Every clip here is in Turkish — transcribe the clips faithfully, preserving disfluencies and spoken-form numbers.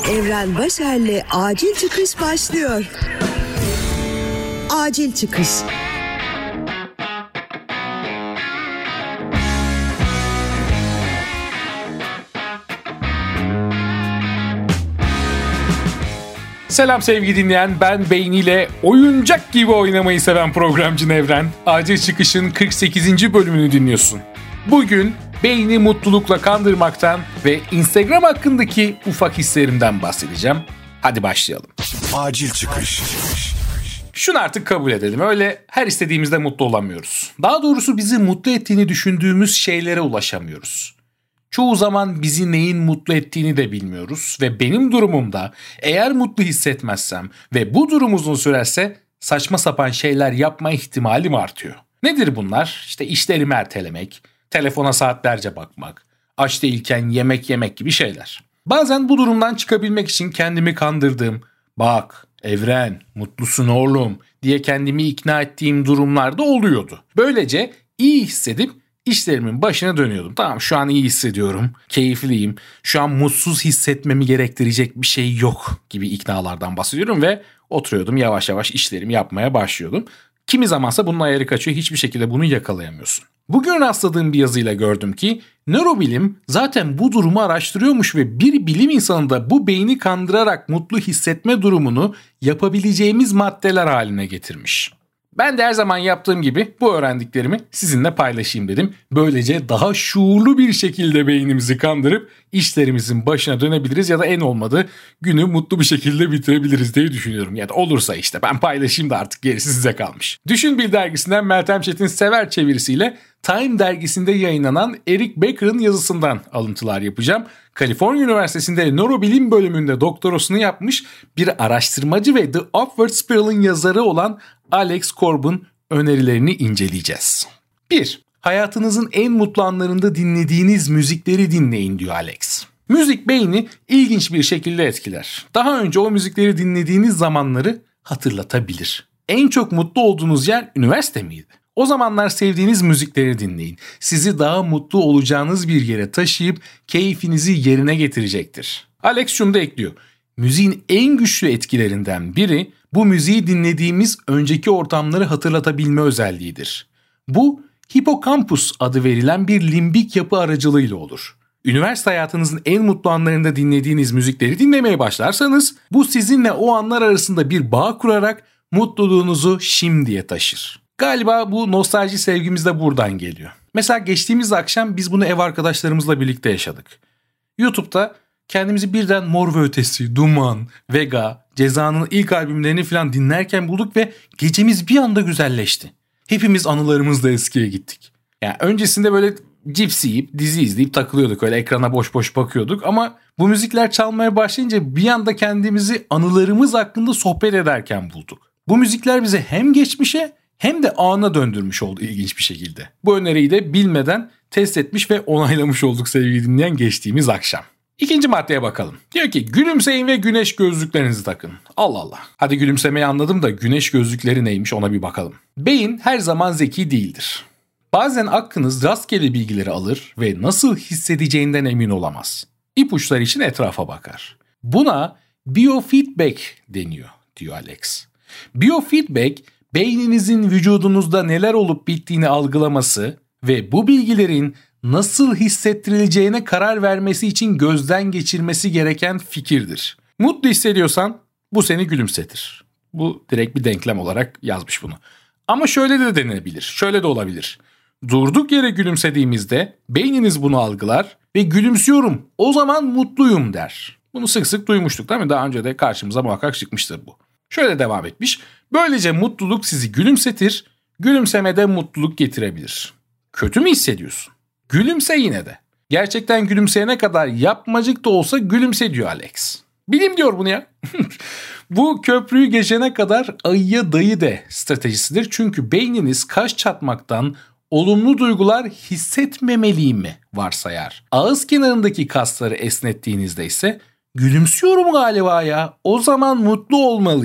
Evren Başer'le Acil Çıkış başlıyor. Acil Çıkış. Selam sevgili dinleyen, ben beyniyle oyuncak gibi oynamayı seven programcı Evren. Acil Çıkış'ın kırk sekizinci bölümünü dinliyorsun. Bugün beyni mutlulukla kandırmaktan ve Instagram hakkındaki ufak hislerimden bahsedeceğim. Hadi başlayalım. Acil Çıkış. Şunu artık kabul edelim. Öyle her istediğimizde mutlu olamıyoruz. Daha doğrusu bizi mutlu ettiğini düşündüğümüz şeylere ulaşamıyoruz. Çoğu zaman bizi neyin mutlu ettiğini de bilmiyoruz ve benim durumumda eğer mutlu hissetmezsem ve bu durum uzun sürerse saçma sapan şeyler yapma ihtimalim artıyor. Nedir bunlar? İşte işlerimi ertelemek, telefona saatlerce bakmak, aç değilken yemek yemek gibi şeyler. Bazen bu durumdan çıkabilmek için kendimi kandırdığım, bak Evren mutlusun oğlum diye kendimi ikna ettiğim durumlarda oluyordu. Böylece iyi hissedip İşlerimin başına dönüyordum. Tamam, şu an iyi hissediyorum, keyifliyim, şu an mutsuz hissetmemi gerektirecek bir şey yok gibi iknalardan bahsediyorum ve oturuyordum yavaş yavaş işlerimi yapmaya başlıyordum. Kimi zamansa bunun ayarı kaçıyor, hiçbir şekilde bunu yakalayamıyorsun. Bugün rastladığım bir yazıyla gördüm ki nörobilim zaten bu durumu araştırıyormuş ve bir bilim insanında bu beyni kandırarak mutlu hissetme durumunu yapabileceğimiz maddeler haline getirmiş. Ben de her zaman yaptığım gibi bu öğrendiklerimi sizinle paylaşayım dedim. Böylece daha şuurlu bir şekilde beynimizi kandırıp işlerimizin başına dönebiliriz ya da en olmadı günü mutlu bir şekilde bitirebiliriz diye düşünüyorum. Ya da olursa işte ben paylaşayım da artık gerisi size kalmış. Düşün Bil dergisinden Meltem Çetin Sever çevirisiyle Time dergisinde yayınlanan Eric Becker'ın yazısından alıntılar yapacağım. Kaliforniya Üniversitesi'nde nörobilim bölümünde doktorasını yapmış bir araştırmacı ve The Upward Spiral'ın yazarı olan Alex Corb'un önerilerini inceleyeceğiz. bir. Hayatınızın en mutlu anlarında dinlediğiniz müzikleri dinleyin diyor Alex. Müzik beyni ilginç bir şekilde etkiler. Daha önce o müzikleri dinlediğiniz zamanları hatırlatabilir. En çok mutlu olduğunuz yer üniversite miydi? O zamanlar sevdiğiniz müzikleri dinleyin. Sizi daha mutlu olacağınız bir yere taşıyıp keyfinizi yerine getirecektir. Alex şunu da ekliyor. Müziğin en güçlü etkilerinden biri bu müziği dinlediğimiz önceki ortamları hatırlatabilme özelliğidir. Bu hipokampus adı verilen bir limbik yapı aracılığıyla olur. Üniversite hayatınızın en mutlu anlarında dinlediğiniz müzikleri dinlemeye başlarsanız bu sizinle o anlar arasında bir bağ kurarak mutluluğunuzu şimdiye taşır. Galiba bu nostalji sevgimiz de buradan geliyor. Mesela geçtiğimiz akşam biz bunu ev arkadaşlarımızla birlikte yaşadık. YouTube'da kendimizi birden Mor ve Ötesi, Duman, Vega, Ceza'nın ilk albümlerini falan dinlerken bulduk ve gecemiz bir anda güzelleşti. Hepimiz anılarımızla eskiye gittik. Yani öncesinde böyle cips yiyip, dizi izleyip takılıyorduk. Öyle ekrana boş boş bakıyorduk ama bu müzikler çalmaya başlayınca bir anda kendimizi anılarımız hakkında sohbet ederken bulduk. Bu müzikler bize hem geçmişe hem de ana döndürmüş oldu ilginç bir şekilde. Bu öneriyi de bilmeden test etmiş ve onaylamış olduk sevgili dinleyen geçtiğimiz akşam. İkinci maddeye bakalım. Diyor ki gülümseyin ve güneş gözlüklerinizi takın. Allah Allah. Hadi gülümsemeyi anladım da güneş gözlükleri neymiş ona bir bakalım. Beyin her zaman zeki değildir. Bazen aklınız rastgele bilgileri alır ve nasıl hissedeceğinden emin olamaz. İpuçları için etrafa bakar. Buna biofeedback deniyor diyor Alex. Biofeedback beyninizin vücudunuzda neler olup bittiğini algılaması ve bu bilgilerin nasıl hissettirileceğine karar vermesi için gözden geçirmesi gereken fikirdir. Mutlu hissediyorsan bu seni gülümsetir. Bu direkt bir denklem olarak yazmış bunu. Ama şöyle de denebilir, şöyle de olabilir. Durduk yere gülümsediğimizde beyniniz bunu algılar ve gülümsüyorum, o zaman mutluyum der. Bunu sık sık duymuştuk değil mi? Daha önce de karşımıza muhakkak çıkmıştır bu. Şöyle devam etmiş. Böylece mutluluk sizi gülümsetir, gülümsemede mutluluk getirebilir. Kötü mü hissediyorsun? Gülümse yine de. Gerçekten gülümseyene kadar yapmacık da olsa gülümse diyor Alex. Bilim diyor bunu ya. Bu köprüyü geçene kadar ayıya dayı de stratejisidir. Çünkü beyniniz kaş çatmaktan olumlu duygular hissetmemeliyim mi varsayar. Ağız kenarındaki kasları esnettiğinizde ise gülümsüyorum galiba ya, o zaman mutlu olmalıyım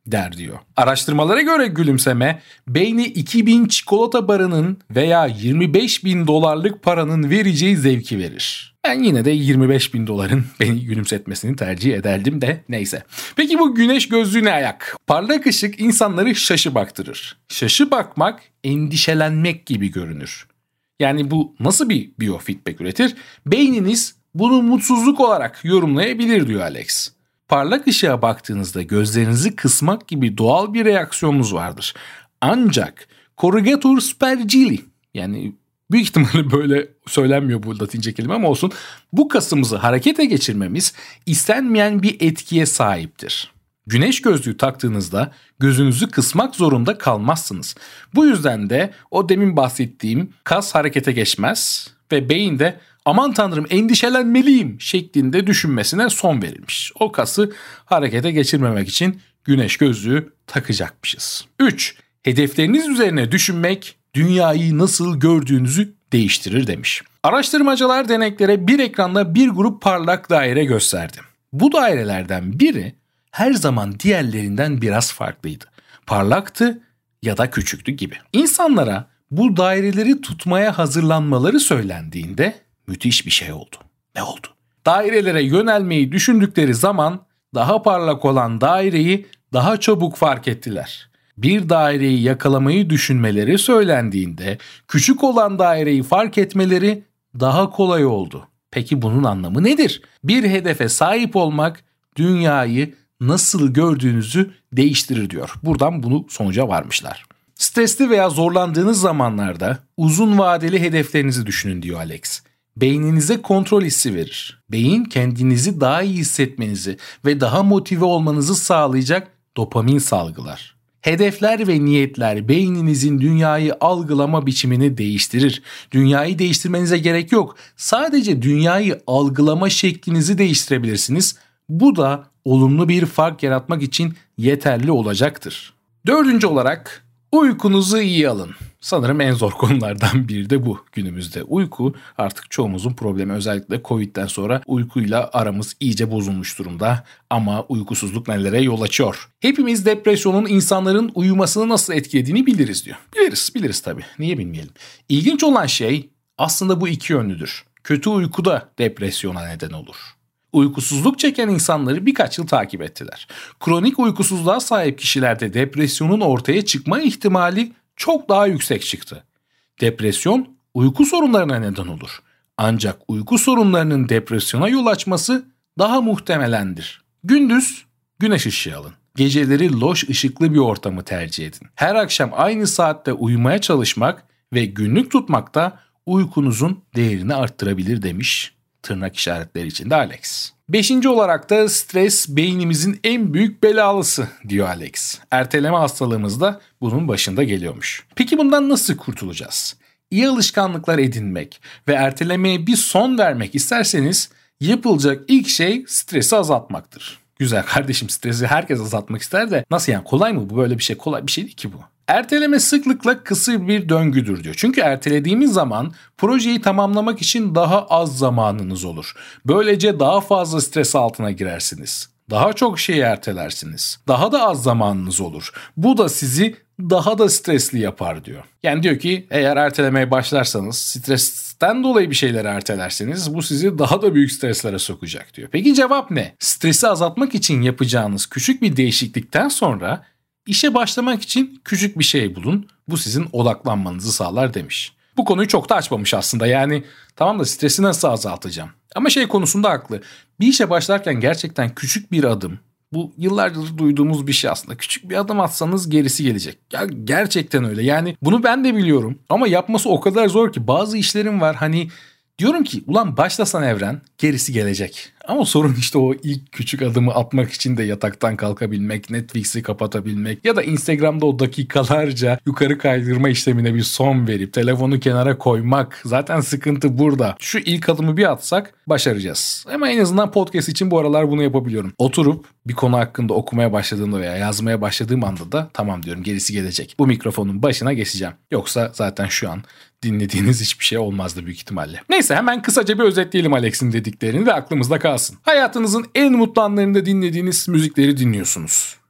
der diyor. Araştırmalara göre gülümseme beyni iki bin çikolata barının veya yirmi beş bin dolarlık paranın vereceği zevki verir. Ben yine de yirmi beş bin doların beni gülümsetmesini tercih ederdim de neyse. Peki bu güneş gözlüğü ne ayak? Parlak ışık insanları şaşı baktırır. Şaşı bakmak endişelenmek gibi görünür. Yani bu nasıl bir biyofeedback üretir? Beyniniz bunu mutsuzluk olarak yorumlayabilir diyor Alex. Parlak ışığa baktığınızda gözlerinizi kısmak gibi doğal bir reaksiyonunuz vardır. Ancak corrugator spergili, yani büyük ihtimalle böyle söylenmiyor bu Latince kelime ama olsun, bu kasımızı harekete geçirmemiz istenmeyen bir etkiye sahiptir. Güneş gözlüğü taktığınızda gözünüzü kısmak zorunda kalmazsınız. Bu yüzden de o demin bahsettiğim kas harekete geçmez ve beyin de aman tanrım endişelenmeliyim şeklinde düşünmesine son verilmiş. O kası harekete geçirmemek için güneş gözlüğü takacakmışız. üç. Hedefleriniz üzerine düşünmek dünyayı nasıl gördüğünüzü değiştirir demiş. Araştırmacılar deneklere bir ekranda bir grup parlak daire gösterdi. Bu dairelerden biri her zaman diğerlerinden biraz farklıydı. Parlaktı ya da küçüktü gibi. İnsanlara bu daireleri tutmaya hazırlanmaları söylendiğinde müthiş bir şey oldu. Ne oldu? Dairelere yönelmeyi düşündükleri zaman daha parlak olan daireyi daha çabuk fark ettiler. Bir daireyi yakalamayı düşünmeleri söylendiğinde küçük olan daireyi fark etmeleri daha kolay oldu. Peki bunun anlamı nedir? Bir hedefe sahip olmak dünyayı nasıl gördüğünüzü değiştirir diyor. Buradan bunu sonuca varmışlar. Stresli veya zorlandığınız zamanlarda uzun vadeli hedeflerinizi düşünün diyor Alex. Beyninize kontrol hissi verir. Beyin kendinizi daha iyi hissetmenizi ve daha motive olmanızı sağlayacak dopamin salgılar. Hedefler ve niyetler beyninizin dünyayı algılama biçimini değiştirir. Dünyayı değiştirmenize gerek yok. Sadece dünyayı algılama şeklinizi değiştirebilirsiniz. Bu da olumlu bir fark yaratmak için yeterli olacaktır. Dördüncü olarak uykunuzu iyi alın. Sanırım en zor konulardan biri de bu günümüzde. Uyku artık çoğumuzun problemi. Özellikle Covid'den sonra uykuyla aramız iyice bozulmuş durumda. Ama uykusuzluk nelere yol açıyor? Hepimiz depresyonun insanların uyumasını nasıl etkilediğini biliriz diyor. Biliriz, biliriz tabii. Niye bilmeyelim? İlginç olan şey aslında bu iki yönlüdür. Kötü uyku da depresyona neden olur. Uykusuzluk çeken insanları birkaç yıl takip ettiler. Kronik uykusuzluğa sahip kişilerde depresyonun ortaya çıkma ihtimali çok daha yüksek çıktı. Depresyon uyku sorunlarına neden olur. Ancak uyku sorunlarının depresyona yol açması daha muhtemelendir. Gündüz güneş ışığı alın. Geceleri loş ışıklı bir ortamı tercih edin. Her akşam aynı saatte uyumaya çalışmak ve günlük tutmak da uykunuzun değerini arttırabilir demiş. Tırnak işaretleri içinde Alex. Beşinci olarak da stres beynimizin en büyük belalısı diyor Alex. Erteleme hastalığımız da bunun başında geliyormuş. Peki bundan nasıl kurtulacağız? İyi alışkanlıklar edinmek ve ertelemeye bir son vermek isterseniz yapılacak ilk şey stresi azaltmaktır. Güzel kardeşim, stresi herkes azaltmak ister de nasıl yani, kolay mı bu? Böyle bir şey kolay bir şey değil ki bu. Erteleme sıklıkla kısır bir döngüdür diyor. Çünkü ertelediğimiz zaman projeyi tamamlamak için daha az zamanınız olur. Böylece daha fazla stres altına girersiniz. Daha çok şeyi ertelersiniz. Daha da az zamanınız olur. Bu da sizi daha da stresli yapar diyor. Yani diyor ki eğer ertelemeye başlarsanız, stresten dolayı bir şeyleri ertelerseniz bu sizi daha da büyük streslere sokacak diyor. Peki cevap ne? Stresi azaltmak için yapacağınız küçük bir değişiklikten sonra İşe başlamak için küçük bir şey bulun. Bu sizin odaklanmanızı sağlar demiş. Bu konuyu çok da açmamış aslında. Yani tamam da stresi nasıl azaltacağım? Ama şey konusunda haklı. Bir işe başlarken gerçekten küçük bir adım. Bu yıllardır duyduğumuz bir şey aslında. Küçük bir adım atsanız gerisi gelecek. Ya gerçekten öyle. Yani bunu ben de biliyorum. Ama yapması o kadar zor ki bazı işlerim var. Hani diyorum ki ulan başlasan Evren, gerisi gelecek. Ama sorun işte o ilk küçük adımı atmak için de yataktan kalkabilmek, Netflix'i kapatabilmek ya da Instagram'da o dakikalarca yukarı kaydırma işlemine bir son verip telefonu kenara koymak. Zaten sıkıntı burada. Şu ilk adımı bir atsak başaracağız. Ama en azından podcast için bu aralar bunu yapabiliyorum. Oturup bir konu hakkında okumaya başladığımda veya yazmaya başladığım anda da tamam diyorum, gerisi gelecek. Bu mikrofonun başına geçeceğim. Yoksa zaten şu an dinlediğiniz hiçbir şey olmazdı büyük ihtimalle. Neyse, hemen kısaca bir özetleyelim Alex'in dediklerini de aklımızda kalsın. Hayatınızın en mutlu anlarında dinlediğiniz müzikleri dinliyorsunuz.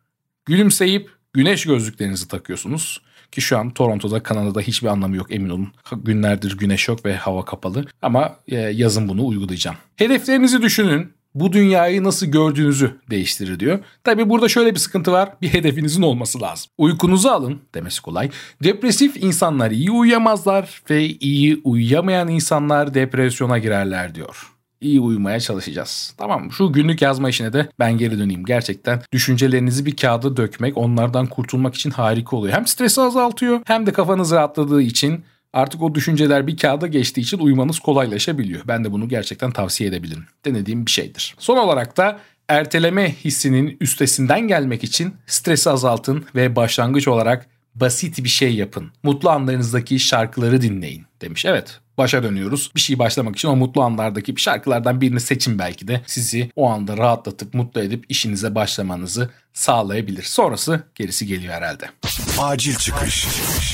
Gülümseyip güneş gözlüklerinizi takıyorsunuz. Ki şu an Toronto'da, Kanada'da hiçbir anlamı yok, emin olun. Günlerdir güneş yok ve hava kapalı. Ama yazın bunu uygulayacağım. Hedeflerinizi düşünün. Bu dünyayı nasıl gördüğünüzü değiştirir diyor. Tabii burada şöyle bir sıkıntı var. Bir hedefinizin olması lazım. Uykunuzu alın demesi kolay. Depresif insanlar iyi uyuyamazlar ve iyi uyuyamayan insanlar depresyona girerler diyor. İyi uyumaya çalışacağız. Tamam, şu günlük yazma işine de ben geri döneyim. Gerçekten düşüncelerinizi bir kağıda dökmek, onlardan kurtulmak için harika oluyor. Hem stresi azaltıyor hem de kafanız rahatladığı için, artık o düşünceler bir kağıda geçtiği için uyumanız kolaylaşabiliyor. Ben de bunu gerçekten tavsiye edebilirim. Denediğim bir şeydir. Son olarak da erteleme hissinin üstesinden gelmek için stresi azaltın ve başlangıç olarak basit bir şey yapın. Mutlu anlarınızdaki şarkıları dinleyin demiş. Evet, başa dönüyoruz. Bir şey başlamak için o mutlu anlardaki şarkılardan birini seçin, belki de sizi o anda rahatlatıp mutlu edip işinize başlamanızı sağlayabilir. Sonrası gerisi geliyor herhalde. Acil çıkış.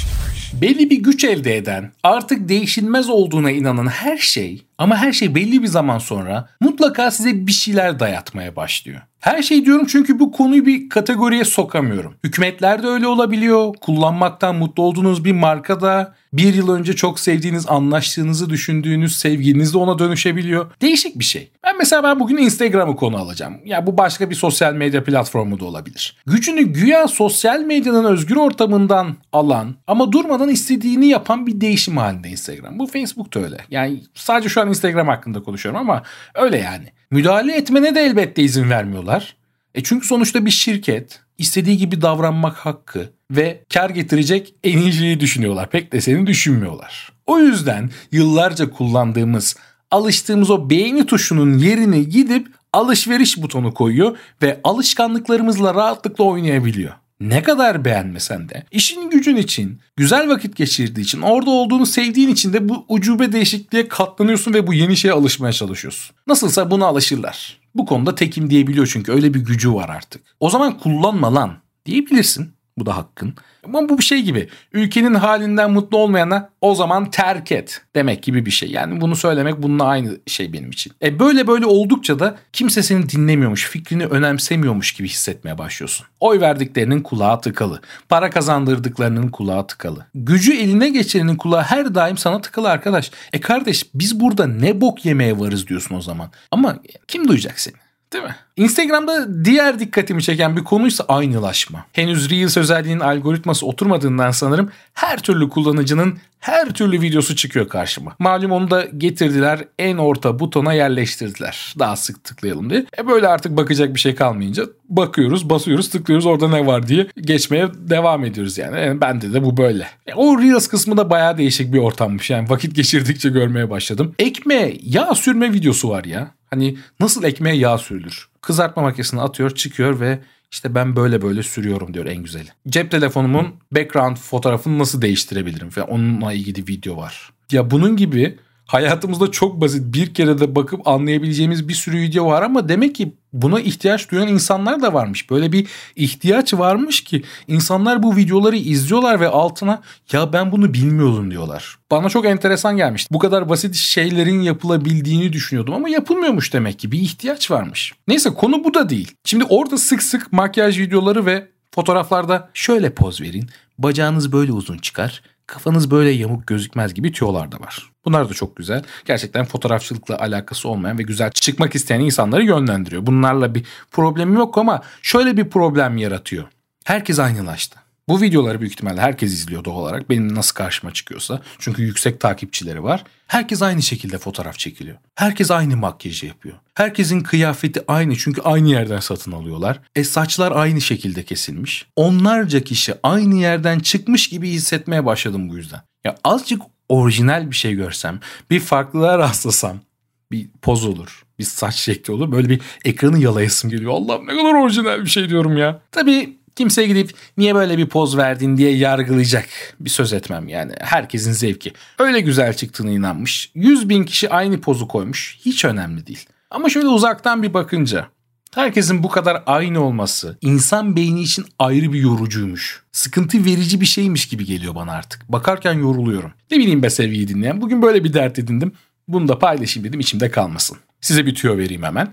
Belli bir güç elde eden, artık değişilmez olduğuna inanan her şey, ama her şey belli bir zaman sonra mutlaka size bir şeyler dayatmaya başlıyor. Her şey diyorum çünkü bu konuyu bir kategoriye sokamıyorum. Hükümetler de öyle olabiliyor. Kullanmaktan mutlu olduğunuz bir markada bir yıl önce çok sevdiğiniz, anlaştığınızı düşündüğünüz sevgiliniz de ona dönüşebiliyor. Değişik bir şey. Ben mesela ben bugün Instagram'ı konu alacağım. Ya bu başka bir sosyal medya platformu da olabilir. Gücünü güya sosyal medyanın özgür ortamından alan ama durmadan istediğini yapan bir değişim halinde Instagram. Bu Facebook da öyle. Yani sadece şu an Instagram hakkında konuşuyorum ama öyle yani. Müdahale etmene de elbette izin vermiyorlar. E çünkü sonuçta bir şirket, istediği gibi davranmak hakkı ve kar getirecek en iyi şeyi düşünüyorlar. Pek de seni düşünmüyorlar. O yüzden yıllarca kullandığımız, alıştığımız o beğeni tuşunun yerine gidip alışveriş butonu koyuyor ve alışkanlıklarımızla rahatlıkla oynayabiliyor. Ne kadar beğenmesen de, işin gücün için, güzel vakit geçirdiği için, orada olduğunu sevdiğin için de bu ucube değişikliğe katlanıyorsun ve bu yeni şeye alışmaya çalışıyorsun. Nasılsa buna alışırlar. Bu konuda tekim diyebiliyor çünkü öyle bir gücü var artık. O zaman kullanma lan diyebilirsin. Bu da hakkın. Ama bu bir şey gibi. Ülkenin halinden mutlu olmayana o zaman terk et demek gibi bir şey. Yani bunu söylemek bununla aynı şey benim için. E böyle böyle oldukça da kimse seni dinlemiyormuş, fikrini önemsemiyormuş gibi hissetmeye başlıyorsun. Oy verdiklerinin kulağı tıkalı. Para kazandırdıklarının kulağı tıkalı. Gücü eline geçirenin kulağı her daim sana tıkalı arkadaş. E kardeş, biz burada ne bok yemeye varız diyorsun o zaman. Ama kim duyacak seni? Değil mi? Instagram'da diğer dikkatimi çeken bir konuysa aynılaşma. Henüz Reels özelliğinin algoritması oturmadığından sanırım her türlü kullanıcının her türlü videosu çıkıyor karşıma. Malum onu da getirdiler, en orta butona yerleştirdiler. Daha sık tıklayalım diye. E böyle artık bakacak bir şey kalmayınca bakıyoruz, basıyoruz, tıklıyoruz, orada ne var diye geçmeye devam ediyoruz yani. yani bende de bu böyle. E o Reels kısmı da bayağı değişik bir ortammış. Yani vakit geçirdikçe görmeye başladım. Ekmeğe yağ sürme videosu var ya. Hani nasıl ekmeğe yağ sürülür? Kızartma makinesine atıyor, çıkıyor ve işte ben böyle böyle sürüyorum diyor en güzeli. Cep telefonumun background fotoğrafını nasıl değiştirebilirim falan, onunla ilgili video var. Ya bunun gibi hayatımızda çok basit, bir kere de bakıp anlayabileceğimiz bir sürü video var ama demek ki buna ihtiyaç duyan insanlar da varmış. Böyle bir ihtiyaç varmış ki insanlar bu videoları izliyorlar ve altına ya ben bunu bilmiyordum diyorlar. Bana çok enteresan gelmişti. Bu kadar basit şeylerin yapılabildiğini düşünüyordum ama yapılmıyormuş demek ki. Bir ihtiyaç varmış. Neyse, konu bu da değil. Şimdi orada sık sık makyaj videoları ve fotoğraflarda şöyle poz verin, bacağınız böyle uzun çıkar, kafanız böyle yamuk gözükmez gibi tüyolar da var. Bunlar da çok güzel. Gerçekten fotoğrafçılıkla alakası olmayan ve güzel çıkmak isteyen insanları yönlendiriyor. Bunlarla bir problemim yok ama şöyle bir problem yaratıyor. Herkes aynılaştı. Bu videoları büyük ihtimalle herkes izliyor doğal olarak. Benim nasıl karşıma çıkıyorsa. Çünkü yüksek takipçileri var. Herkes aynı şekilde fotoğraf çekiliyor. Herkes aynı makyajı yapıyor. Herkesin kıyafeti aynı çünkü aynı yerden satın alıyorlar. E saçlar aynı şekilde kesilmiş. Onlarca kişi aynı yerden çıkmış gibi hissetmeye başladım bu yüzden. Ya azıcık orijinal bir şey görsem, bir farklılığa rastlasam, bir poz olur, bir saç şekli olur. Böyle bir ekranı yalayasım geliyor. Allah'ım ne kadar orijinal bir şey diyorum ya. Tabii kimseye gidip niye böyle bir poz verdin diye yargılayacak bir söz etmem yani. Herkesin zevki. Öyle güzel çıktığına inanmış. yüz bin kişi aynı pozu koymuş. Hiç önemli değil. Ama şöyle uzaktan bir bakınca herkesin bu kadar aynı olması insan beyni için ayrı bir yorucuymuş. Sıkıntı verici bir şeymiş gibi geliyor bana artık. Bakarken yoruluyorum. Ne bileyim be sevgili dinleyen. Bugün böyle bir dert edindim. Bunu da paylaşayım dedim, içimde kalmasın. Size bir tüyo vereyim hemen.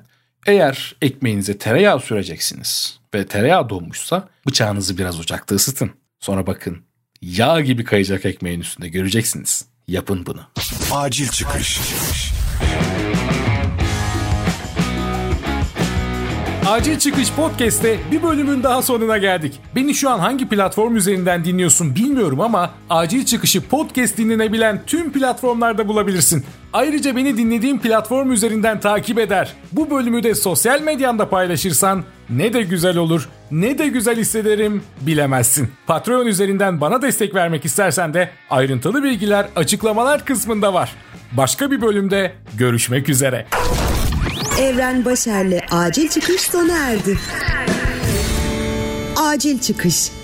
Eğer ekmeğinize tereyağı süreceksiniz ve tereyağı donmuşsa bıçağınızı biraz ocakta ısıtın. Sonra bakın yağ gibi kayacak ekmeğin üstünde, göreceksiniz. Yapın bunu. Acil çıkış. Acil Çıkış Podcast'te bir bölümün daha sonuna geldik. Beni şu an hangi platform üzerinden dinliyorsun bilmiyorum ama Acil Çıkış'ı podcast dinlenebilen tüm platformlarda bulabilirsin. Ayrıca beni dinlediğin platform üzerinden takip eder. Bu bölümü de sosyal medyanda paylaşırsan ne de güzel olur, ne de güzel hissederim bilemezsin. Patreon üzerinden bana destek vermek istersen de ayrıntılı bilgiler açıklamalar kısmında var. Başka bir bölümde görüşmek üzere. Evren Başer'le Acil Çıkış sona erdi. Acil Çıkış.